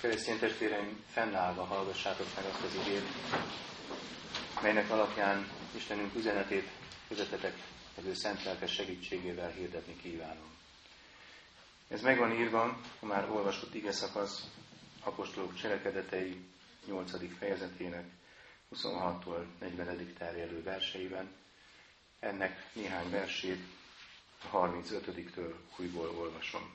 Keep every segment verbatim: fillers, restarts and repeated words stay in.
Keresztény testvéreim, fennállva hallgassátok meg azt az igét, melynek alapján Istenünk üzenetét közöttetek az ő szent lelkes segítségével hirdetni kívánom. Ez meg van írva, a már olvasott ige szakasz apostolok cselekedetei nyolcadik fejezetének huszonhattól negyvenedik terjedő verseiben. Ennek néhány versét a harmincötödiktől újból olvasom.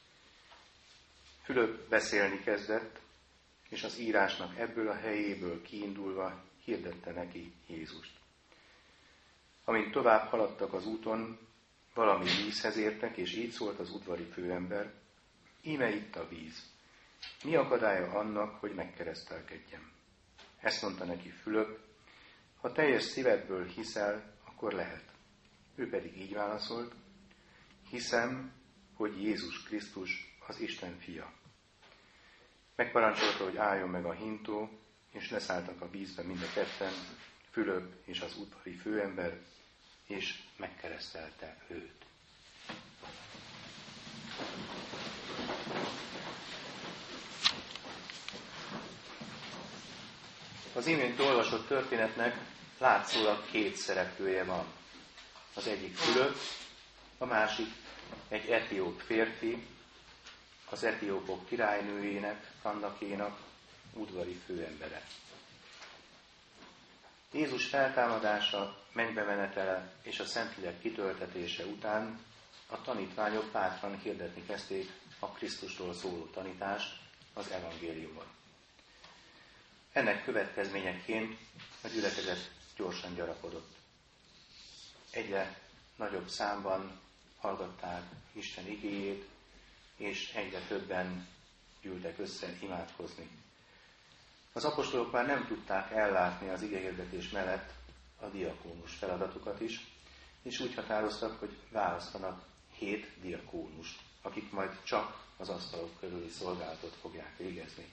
Fülöp beszélni kezdett, és az írásnak ebből a helyéből kiindulva hirdette neki Jézust. Amint tovább haladtak az úton, valami vízhez értek, és így szólt az udvari főember: íme itt a víz. Mi akadálya annak, hogy megkeresztelkedjem? Ezt mondta neki Fülöp: ha teljes szívedből hiszel, akkor lehet. Ő pedig így válaszolt: hiszem, hogy Jézus Krisztus az Isten fia. Megparancsolta, hogy álljon meg a hintó, és leszálltak a vízbe mind a ketten, Fülöp és az udvari főember, és megkeresztelte őt. Az imént olvasott történetnek látszólag két szereplője van. Az egyik Fülöp, a másik egy etióp férfi, az etiópok királynőjének, Kandakénak udvari főembere. Jézus feltámadása, mennybe menetele és a Szentlélek kitöltetése után a tanítványok bátran hirdetni kezdték a Krisztusról szóló tanítást, az evangéliumon. Ennek következményeként a gyülekezet gyorsan gyarapodott. Egyre nagyobb számban hallgatták Isten igéjét, és egyre többen gyűltek össze imádkozni. Az apostolok már nem tudták ellátni az igehirdetés mellett a diakónus feladatukat is, és úgy határoztak, hogy választanak hét diakónust, akik majd csak az asztalok körüli szolgálatot fogják végezni.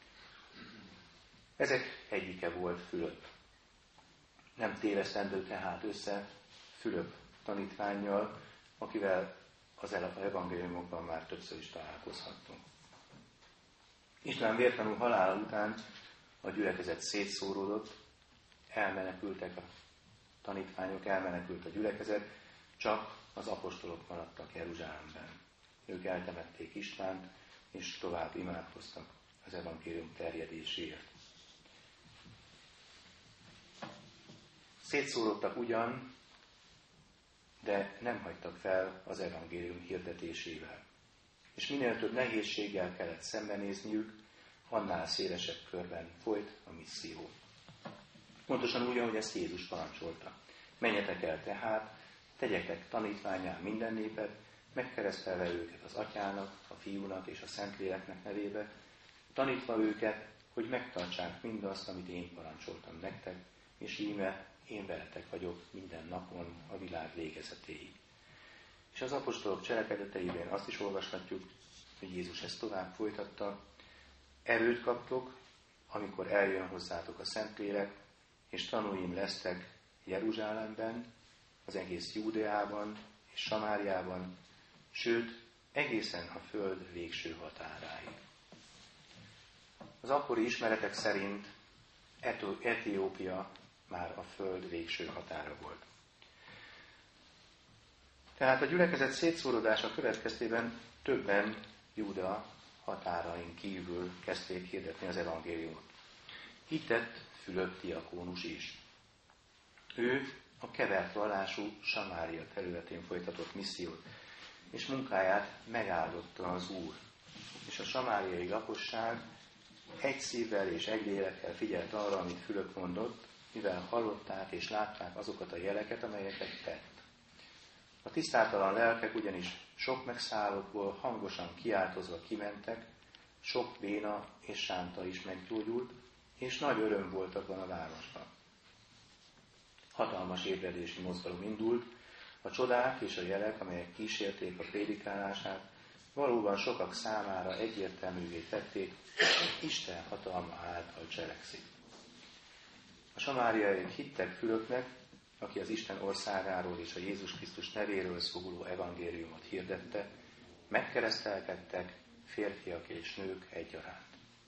Ezek egyike volt Fülöp. Nem tévesztendő tehát össze Fülöp tanítvánnyal, akivel az evangéliumokban már többször is találkozhattunk. István vértanú halála után a gyülekezet szétszóródott, elmenekültek a tanítványok, elmenekült a gyülekezet, csak az apostolok maradtak Jeruzsálemben. Ők eltemették Istvánt, és tovább imádkoztak az evangélium terjedéséért. Szétszóródtak ugyan, de nem hagytak fel az evangélium hirdetésével. És minél több nehézséggel kellett szembenézniük, annál szélesebb körben folyt a misszió. Pontosan úgy, ahogy ezt Jézus parancsolta. Menjetek el tehát, tegyetek tanítvánnyá minden népet, megkeresztelve őket az Atyának, a Fiúnak és a Szentléleknek nevébe, tanítva őket, hogy megtartsák mindazt, amit én parancsoltam nektek, és íme én veletek vagyok minden napon a világ végezetéig. És az apostolok cselekedeteiben azt is olvashatjuk, hogy Jézus ezt tovább folytatta: erőt kaptok, amikor eljön hozzátok a Szentlélek, és tanúim lesztek Jeruzsálemben, az egész Júdeában és Samáriában, sőt, egészen a föld végső határáig. Az akkori ismeretek szerint Etiópia már a föld végső határa volt. Tehát a gyülekezet szétszóródása következtében többen Júda határain kívül kezdték hirdetni az evangéliumot. Így tett Fülöp diakónus is. Ő a kevert vallású Samária területén folytatott missziót, és munkáját megáldotta az Úr. És a samáriai lakosság egy szívvel és egy lélekkel figyelt arra, amit Fülöp mondott, mivel hallották és látták azokat a jeleket, amelyeket tett. A tisztátalan lelkek ugyanis sok megszállottból hangosan kiáltozva kimentek, sok béna és sánta is meggyógyult, és nagy öröm volt abban a városban. Hatalmas ébredési mozgalom indult, a csodák és a jelek, amelyek kísérték a prédikálását, valóban sokak számára egyértelművé tették, hogy Isten hatalma által cselekszik. A samáriaiak hittek Fülöpnek, aki az Isten országáról és a Jézus Krisztus nevéről szóló evangéliumot hirdette, megkeresztelkedtek férfiak és nők egyaránt.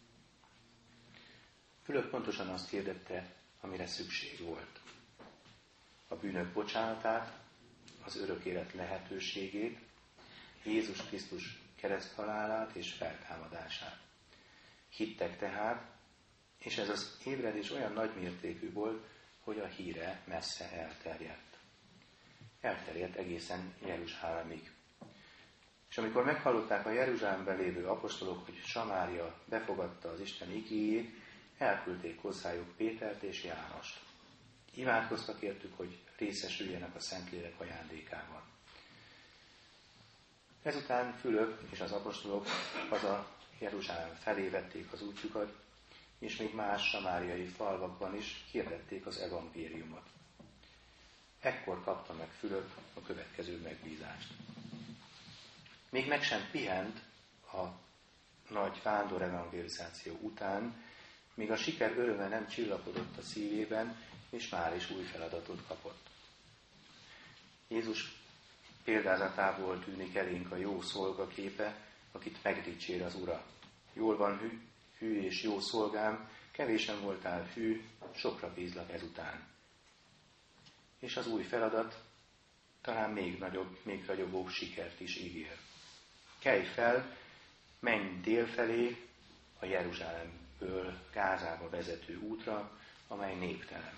Fülöp pontosan azt hirdette, amire szükség volt. A bűnök bocsánatát, az örök élet lehetőségét, Jézus Krisztus kereszthalálát és feltámadását. Hittek tehát, és ez az ébredés olyan nagy mértékű volt, hogy a híre messze elterjedt. Elterjedt egészen Jeruzsálemig. És amikor meghallották a Jeruzsálemben lévő apostolok, hogy Samária befogadta az Isten igéjét, elküldték hozzájuk Pétert és Jánost. Imádkoztak értük, hogy részesüljenek a Szentlélek ajándékában. Ezután Fülöp és az apostolok haza Jeruzsálem felé vették az útjukat, és még más samáriai falvakban is hirdették az evangéliumot. Ekkor kapta meg Fülöp a következő megbízást. Még meg sem pihent a nagy vándor evangelizáció után, míg a siker öröme nem csillapodott a szívében, és már is új feladatot kapott. Jézus példázatából tűnik elénk a jó szolga képe, akit megdicsér az Ura. Jól van hű, hű és jó szolgám, kevésen voltál hű, sokra bízlak ezután. És az új feladat talán még nagyobb, még nagyobb sikert is ígér. Kelj fel, menj délfelé a Jeruzsálemből Gázába vezető útra, amely néptelen.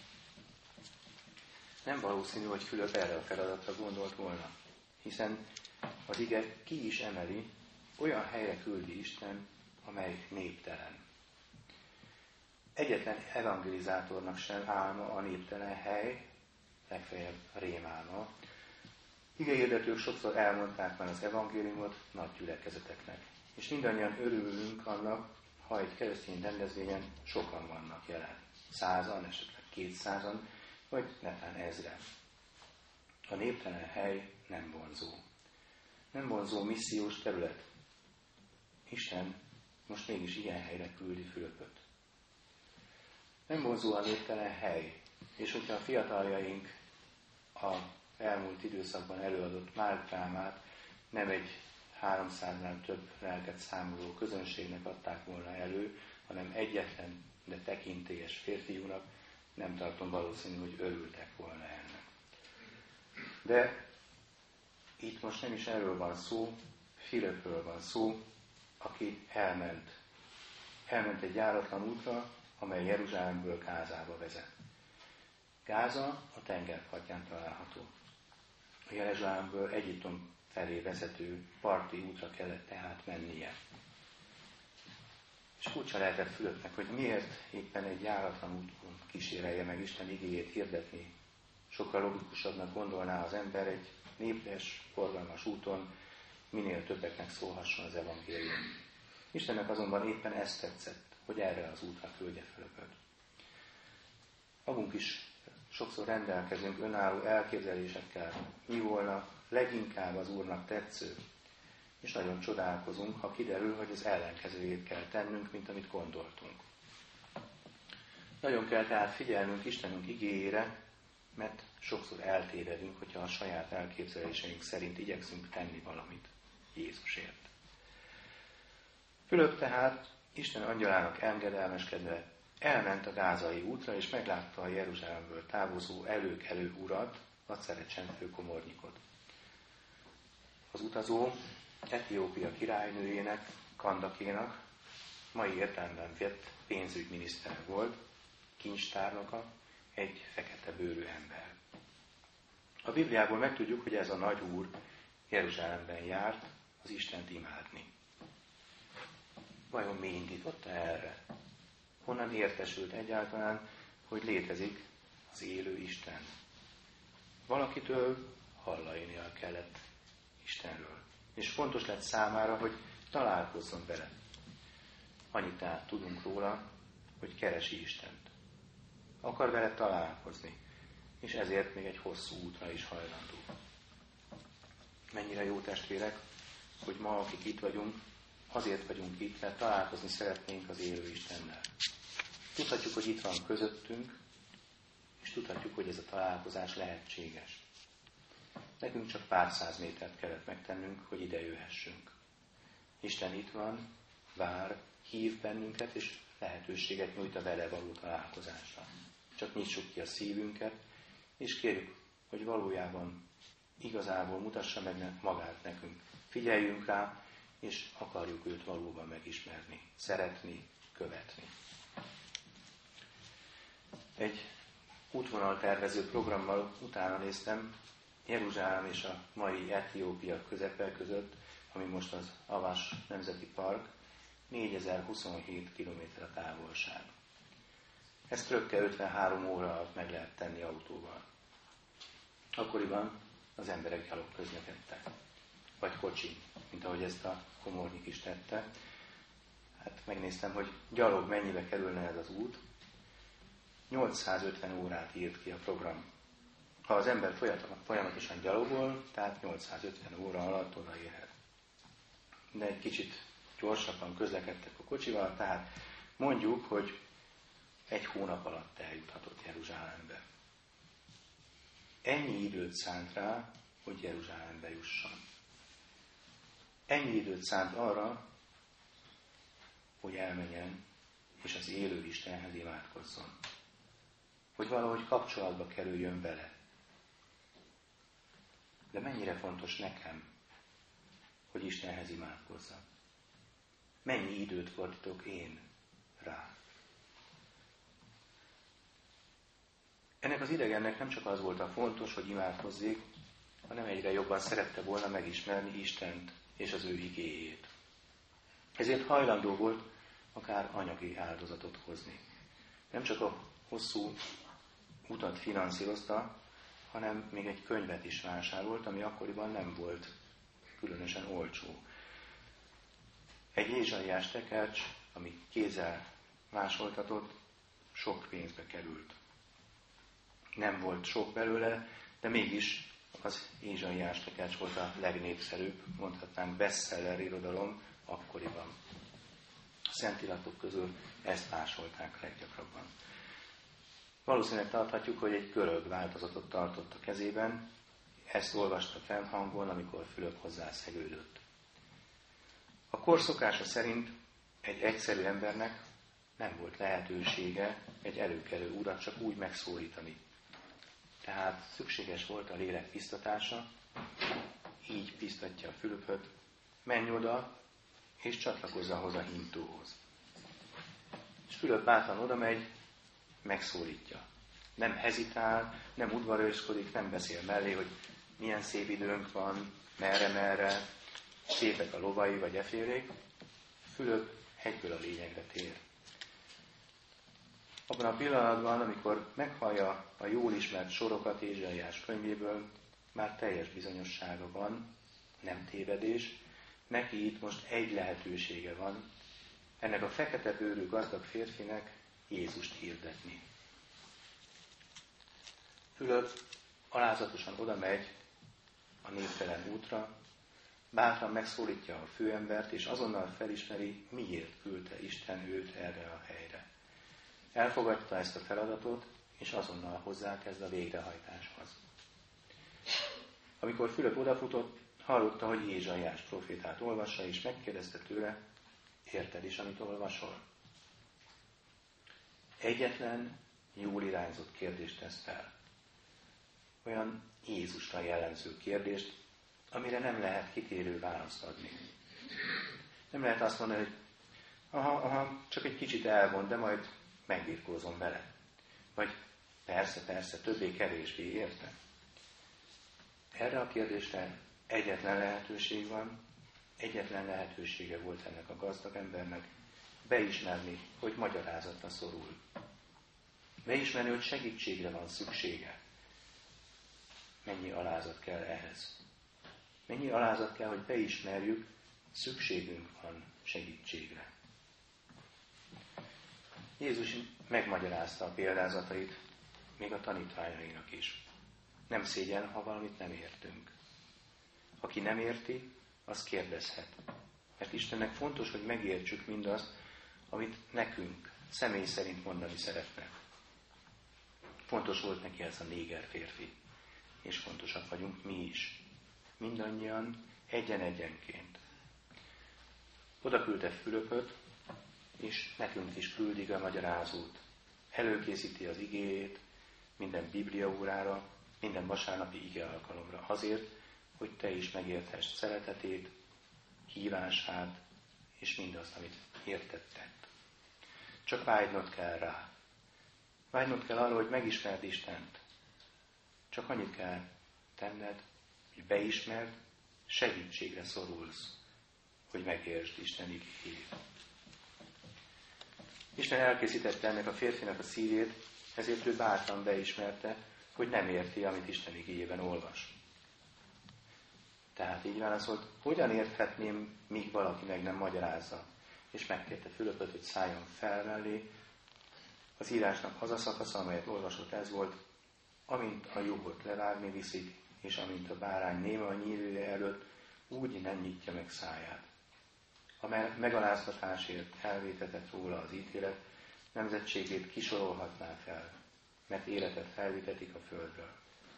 Nem valószínű, hogy Fülöp erre a feladatra gondolt volna, hiszen az ige ki is emeli, olyan helyre küldi Isten, amely néptelen. Egyetlen evangelizátornak sem álma a néptelen hely, legfeljebb rémálma. Igehirdetők sokszor elmondták már az evangéliumot nagy gyülekezeteknek, és mindannyian örülünk annak, ha egy keresztény rendezvényen sokan vannak jelen. Százan, esetleg kétszázan, vagy netán ezren. A néptelen hely nem vonzó. Nem vonzó missziós terület. Isten most mégis ilyen helyre küldi Fülöpöt. Nem vonzó a néptelen hely, és hogyha a fiataljaink a elmúlt időszakban előadott Márk drámát nem egy háromszáznál több lelket számoló közönségnek adták volna elő, hanem egyetlen, de tekintélyes férfiúnak, nem tartom valószínű, hogy örültek volna ennek. De itt most nem is erről van szó, Fülöpről van szó, aki elment. Elment egy járatlan útra, amely Jeruzsálemből Gázába vezet. Gáza a tengerpartján található. A Jeruzsálemből Egyiptom felé vezető parti útra kellett tehát mennie. És furcsa lehetett Fülöpnek, hogy miért éppen egy járatlan úton kísérelje meg Isten igéjét hirdetni. Sokkal logikusabbnak gondolná az ember egy népes, forgalmas úton, minél többeknek szólhasson az evangélium. Istennek azonban éppen ezt tetszett, hogy erre az útra küldje Fülöpöt. Magunk is sokszor rendelkezünk önálló elképzelésekkel, mi volna leginkább az Úrnak tetsző, és nagyon csodálkozunk, ha kiderül, hogy az ellenkezőjét kell tennünk, mint amit gondoltunk. Nagyon kell tehát figyelnünk Istenünk igéjére, mert sokszor eltévedünk, hogyha a saját elképzeléseink szerint igyekszünk tenni valamit Jézusért. Fülöp tehát Isten angyalának engedelmeskedve elment a gázai útra, és meglátta a Jeruzsálemből távozó előkelő urat, a Cerecsen főkomornyikot. Az utazó Etiópia királynőjének, Kandakénak mai értelemben vett pénzügyminiszter volt, kincstárnoka, egy fekete bőrű ember. A Bibliából megtudjuk, hogy ez a nagy úr Jeruzsálemben járt az Istent imádni. Vajon mi indította erre? Honnan értesült egyáltalán, hogy létezik az élő Isten? Valakitől hallania kellett Istenről. És fontos lett számára, hogy találkozzon vele. Annyit tehát tudunk róla, hogy keresi Istent. Akar vele találkozni, és ezért még egy hosszú útra is hajlandó. Mennyire jó testvérek, hogy ma, akik itt vagyunk, azért vagyunk itt, mert találkozni szeretnénk az élő Istennel. Tudhatjuk, hogy itt van közöttünk, és tudhatjuk, hogy ez a találkozás lehetséges. Nekünk csak pár száz métert kellett megtennünk, hogy ide jöhessünk. Isten itt van, vár, hív bennünket, és lehetőséget nyújt a vele való találkozásra. Csak nyissuk ki a szívünket, és kérjük, hogy valójában igazából mutassa meg magát nekünk. Figyeljünk rá, és akarjuk őt valóban megismerni, szeretni, követni. Egy útvonaltervező programmal utána néztem Jeruzsálem és a mai Etiópia közepe között, ami most az Avas Nemzeti Park, négyezer-huszonhét kilométer a távolság. Ezt rögtön ötvenhárom óra alatt meg lehet tenni autóval. Akkoriban az emberek gyalog közlekedtek. Vagy kocsi, mint ahogy ezt a Komornyik is tette. Hát megnéztem, hogy gyalog mennyibe kerülne ez az út. nyolcszázötven órát írt ki a program. Ha az ember folyamatosan gyalogol, tehát nyolcszázötven óra alatt odaérhet. De egy kicsit gyorsabban közlekedtek a kocsival, tehát mondjuk, hogy egy hónap alatt eljuthatott Jeruzsálembe. Ennyi időt szánt rá, hogy Jeruzsálembe jusson. Ennyi időt szánt arra, hogy elmenjen, és az élő Istenhez imádkozzon. Hogy valahogy kapcsolatba kerüljön vele. De mennyire fontos nekem, hogy Istenhez imádkozzak? Mennyi időt fordítok én rá? Ennek az idegennek nem csak az volt a fontos, hogy imádkozzék, hanem egyre jobban szerette volna megismerni Istent és az ő igéjét. Ezért hajlandó volt akár anyagi áldozatot hozni. Nem csak a hosszú utat finanszírozta, hanem még egy könyvet is vásárolt, ami akkoriban nem volt különösen olcsó. Egy Ézsaiás tekercs, ami kézzel másoltatott, sok pénzbe került. Nem volt sok belőle, de mégis az Ézsaiás tekercs volt a legnépszerűbb, mondhatnánk bestseller irodalom akkoriban. A szentiratok közül ezt másolták leggyakrabban. Valószínűleg tarthatjuk, hogy egy görög változatot tartott a kezében, ezt olvasta fennhangon, amikor Fülöp hozzászegődött. A kor szokása szerint egy egyszerű embernek nem volt lehetősége egy előkelő urat csak úgy megszólítani. Tehát szükséges volt a lélek biztatása, így biztatja a Fülöpöt, menj oda, és csatlakozza hozzá a hintóhoz. És Fülöp bátran oda megy, megszólítja. Nem hezitál, nem udvarőskodik, nem beszél mellé, hogy milyen szép időnk van, merre-merre, szépek a lovai vagy efélék. Fülöp egyből a lényegre tér. Abban a pillanatban, amikor meghallja a jól ismert sorokat Ézsaiás könyvéből, már teljes bizonyossága van, nem tévedés, neki itt most egy lehetősége van, ennek a fekete bőrű gazdag férfinek Jézust hirdetni. Fülöp alázatosan oda megy a névtelen útra, bátran megszólítja a főembert, és azonnal felismeri, miért küldte Isten őt erre a helyre. Elfogadta ezt a feladatot, és azonnal hozzákezd a végrehajtáshoz. Amikor Fülöp odafutott, hallotta, hogy Ézsaiás profétát olvassa, és megkérdezte tőle, érted is, amit olvasol? Egyetlen, jól irányzott kérdést tesz fel. Olyan Jézusra jellemző kérdést, amire nem lehet kitérő választ adni. Nem lehet azt mondani, hogy aha, aha, csak egy kicsit elvon, de majd megbirkózom vele. Vagy persze, persze, többé-kevésbé érte. Erre a kérdésre egyetlen lehetőség van, egyetlen lehetősége volt ennek a gazdag embernek, beismerni, hogy magyarázatra szorul. Beismerni, hogy segítségre van szüksége. Mennyi alázat kell ehhez? Mennyi alázat kell, hogy beismerjük, szükségünk van segítségre. Jézus megmagyarázta a példázatait, még a tanítványainak is. Nem szégyen, ha valamit nem értünk. Aki nem érti, az kérdezhet. Mert Istennek fontos, hogy megértsük mindazt, amit nekünk személy szerint mondani szeretne. Fontos volt neki ez a néger férfi. És fontosak vagyunk mi is. Mindannyian egyen-egyenként. Oda küldte Fülöpöt, és nekünk is küldik a magyarázót. Előkészíti az igéjét minden bibliaórára, minden vasárnapi ige alkalomra azért, hogy te is megérthess szeretetét, hívását, és mindazt, amit értettett. Csak vágynod kell rá. Vágynod kell arra, hogy megismerd Istent. Csak annyit kell tenned, hogy beismerd, segítségre szorulsz, hogy megértsd Isten igéjét. Isten elkészítette ennek a férfinak a szívét, ezért ő bátran beismerte, hogy nem érti, amit Isten igéjében olvas. Tehát így válaszolt, hogyan érthetném, míg valaki meg nem magyarázza. És megkérte Fülöpöt, hogy szálljon fel mellé. Az írásnak az a szakasza, amelyet olvasott, ez volt, amint a juhot levágni viszik, és amint a bárány néma a nyílője előtt, úgy nem nyitja meg száját. A megaláztatásért elvétetett róla az ítélet, nemzetségét kisorolhatná fel, mert életet felvitetik a földről.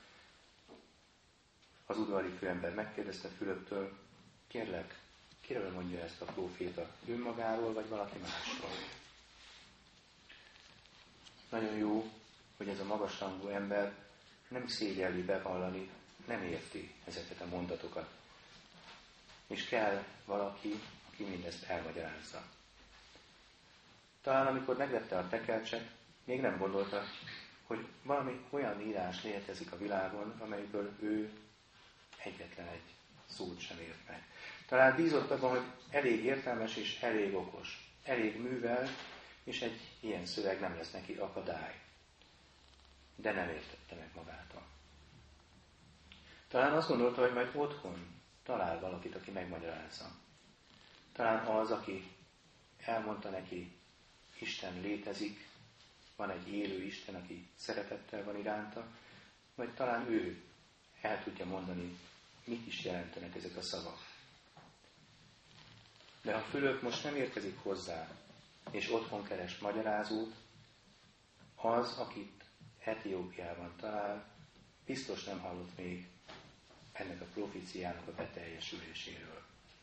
Az udvari főember megkérdezte Fülöptől, kérlek, kiről mondja ezt a próféta, önmagáról, vagy valaki másról? Nagyon jó, hogy ez a magasrangú ember nem szégyelli bevallani, nem érti ezeket a mondatokat. És kell valaki, aki mindezt elmagyarázza. Talán amikor megvette a tekercset, még nem gondolta, hogy valami olyan írás létezik a világon, amelyből ő egyetlen egy szót sem ért meg. Talán bízott abban, hogy elég értelmes és elég okos, elég művel, és egy ilyen szöveg nem lesz neki akadály. De nem értette meg magától. Talán azt gondolta, hogy majd otthon talál valakit, aki megmagyarázza. Talán az, aki elmondta neki, Isten létezik, van egy élő Isten, aki szeretettel van iránta, vagy talán ő el tudja mondani, mit is jelentenek ezek a szavak. De ha Fülöp most nem érkezik hozzá, és otthon keres magyarázót, az, akit Etiópiában talál, biztos nem hallott még ennek a proféciának a beteljesüléséről.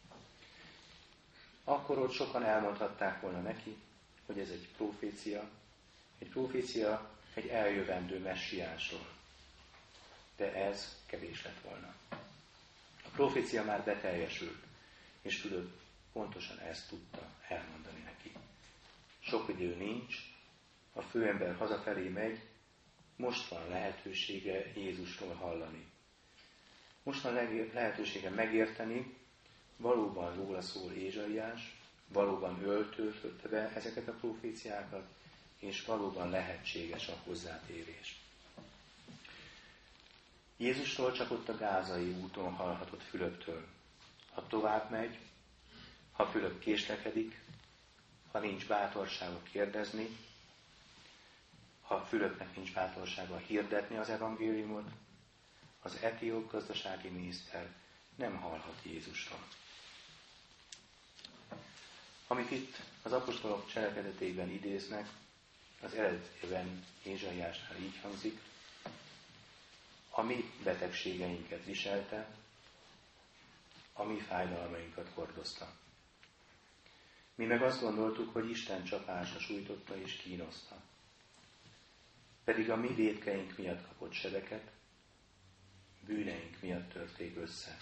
Akkor ott sokan elmondhatták volna neki, hogy ez egy profécia, egy profécia egy eljövendő messiásról. De ez kevés lett volna. A profécia már beteljesült, és Fülöp pontosan ezt tudta elmondani neki. Sok idő nincs, a főember hazafelé megy, most van lehetősége Jézusról hallani. Most van lehetősége megérteni, valóban róla szól Ézsaiás, valóban öltöltötte be ezeket a proféciákat, és valóban lehetséges a hozzátérés. Jézusról csak ott a gázai úton hallhatott Fülöptől. Ha tovább megy, ha Fülöp késlekedik, ha nincs bátorsága kérdezni, ha Fülöpnek nincs bátorsága hirdetni az evangéliumot, az etióp gazdasági miniszter nem hallhat Jézusról. Amit itt az apostolok cselekedetében idéznek, az eredetében Ézsaiásnál így hangzik, a mi betegségeinket viselte, a mi fájdalmainkat hordozta. Mi meg azt gondoltuk, hogy Isten csapása sújtotta és kínoszta. Pedig a mi vétkeink miatt kapott sebeket, bűneink miatt törték össze.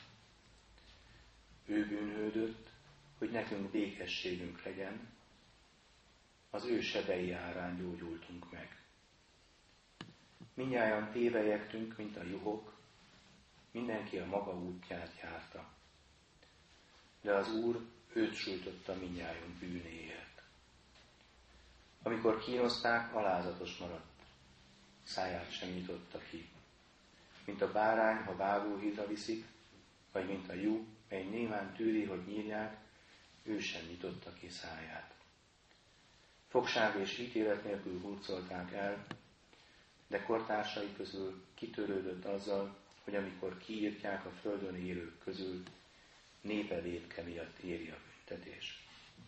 Ő bűnhődött, hogy nekünk békességünk legyen, az ő sebei árán gyógyultunk meg. Mindnyájan tévelyegtünk, mint a juhok, mindenki a maga útját járta. De az Úr őt sújtotta mindnyájunk bűnéért. Amikor kínozták, alázatos maradt, száját sem nyitotta ki. Mint a bárány, ha vágóhídra viszik, vagy mint a juh, mely némán tűri, hogy nyírják, ő sem nyitotta ki száját. Fogság és ítélet nélkül hurcolták el, de kortársai közül kitörődött azzal, hogy amikor kiírtják a földön élők közül, népe vétke miatt éri a büntetés.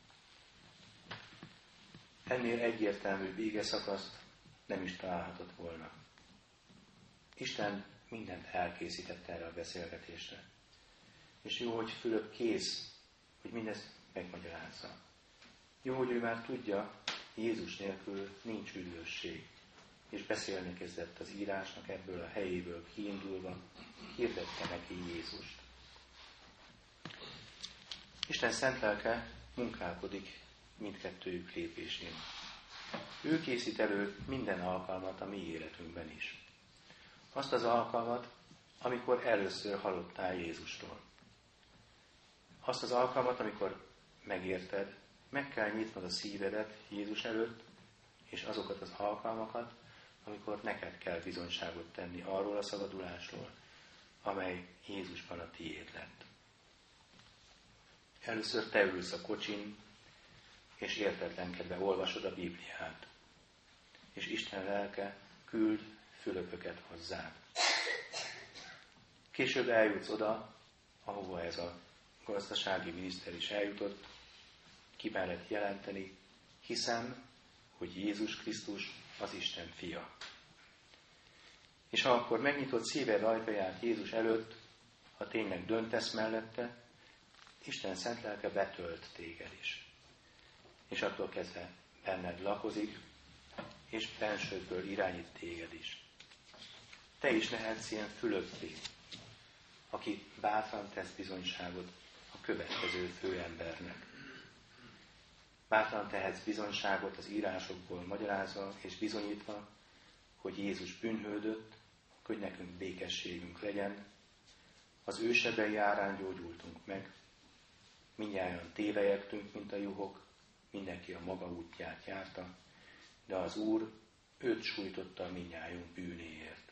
Ennél egyértelműbb ígeszakaszt nem is találhatott volna. Isten mindent elkészített erre a beszélgetésre. És jó, hogy Fülöp kész, hogy mindezt megmagyarázza. Jó, hogy ő már tudja, Jézus nélkül nincs üdvösség, és beszélni kezdett az írásnak ebből a helyéből kiindulva, hirdette neki Jézust. Isten szent lelke munkálkodik mindkettőjük lépésén. Ő készít elő minden alkalmat a mi életünkben is. Azt az alkalmat, amikor először hallottál Jézustól. Azt az alkalmat, amikor megérted, meg kell nyitnod a szívedet Jézus előtt, és azokat az alkalmakat, amikor neked kell bizonyságot tenni arról a szabadulásról, amely Jézusban a tiéd lett. Először te ülsz a kocsin, és értetlenkedve olvasod a Bibliát, és Isten lelke küld Fülöpöket hozzád. Később eljutsz oda, ahova ez a gazdasági miniszter is eljutott, ki mellett jelenteni, hiszem, hogy Jézus Krisztus az Isten fia. És ha akkor megnyitod szíved ajtaját Jézus előtt, ha tényleg döntesz mellette, Isten szent lelke betölt téged is. És attól kezdve benned lakozik, és bensődből irányít téged is. Te is lehetsz ilyen Fülöppé, aki bátran tesz bizonyságot a következő főembernek. Bátran tehetsz bizonyságot az írásokból magyarázva és bizonyítva, hogy Jézus bűnhődött, hogy nekünk békességünk legyen, az ő sebei árán gyógyultunk meg, mindnyájan tévejektünk, mint a juhok, mindenki a maga útját járta, de az Úr őt sújtotta mindnyájunk bűnéért.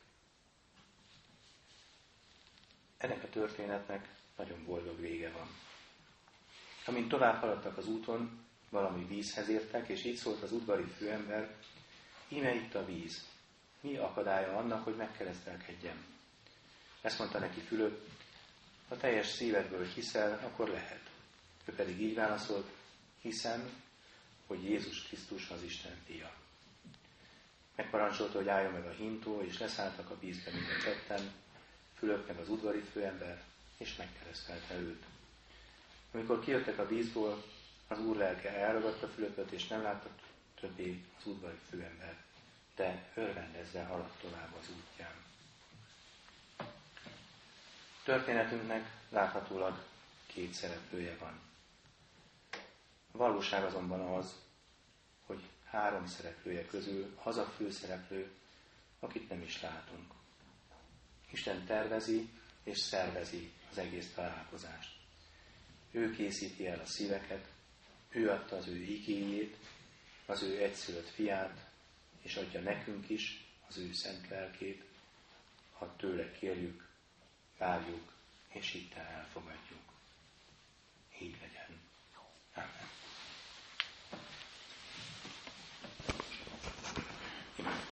Ennek a történetnek nagyon boldog vége van. Amint tovább haladtak az úton, valami vízhez értek, és így szólt az udvari főember, íme itt a víz. Mi akadálya annak, hogy megkeresztelkedjem? Ezt mondta neki Fülöp, ha teljes szívedből hiszel, akkor lehet. Ő pedig így válaszolt, hiszem, hogy Jézus Krisztus az Isten fia. Megparancsolta, hogy álljon meg a hintó, és leszálltak a vízbe mind a ketten, Fülöp meg az udvari főember, és megkeresztelte őt. Amikor kijöttek a vízból, az Úr lelke elragadta Fülöpöt, és nem látta többé az udvari főember, de örvendezve haladt tovább az útján. Történetünknek láthatólag két szereplője van. A valóság azonban az, hogy három szereplője közül az a főszereplő, akit nem is látunk. Isten tervezi és szervezi az egész találkozást. Ő készíti el a szíveket, ő adta az ő igéjét, az ő egyszülött fiát, és adja nekünk is az ő szent lelkét, ha tőle kérjük, várjuk, és itten elfogadjuk.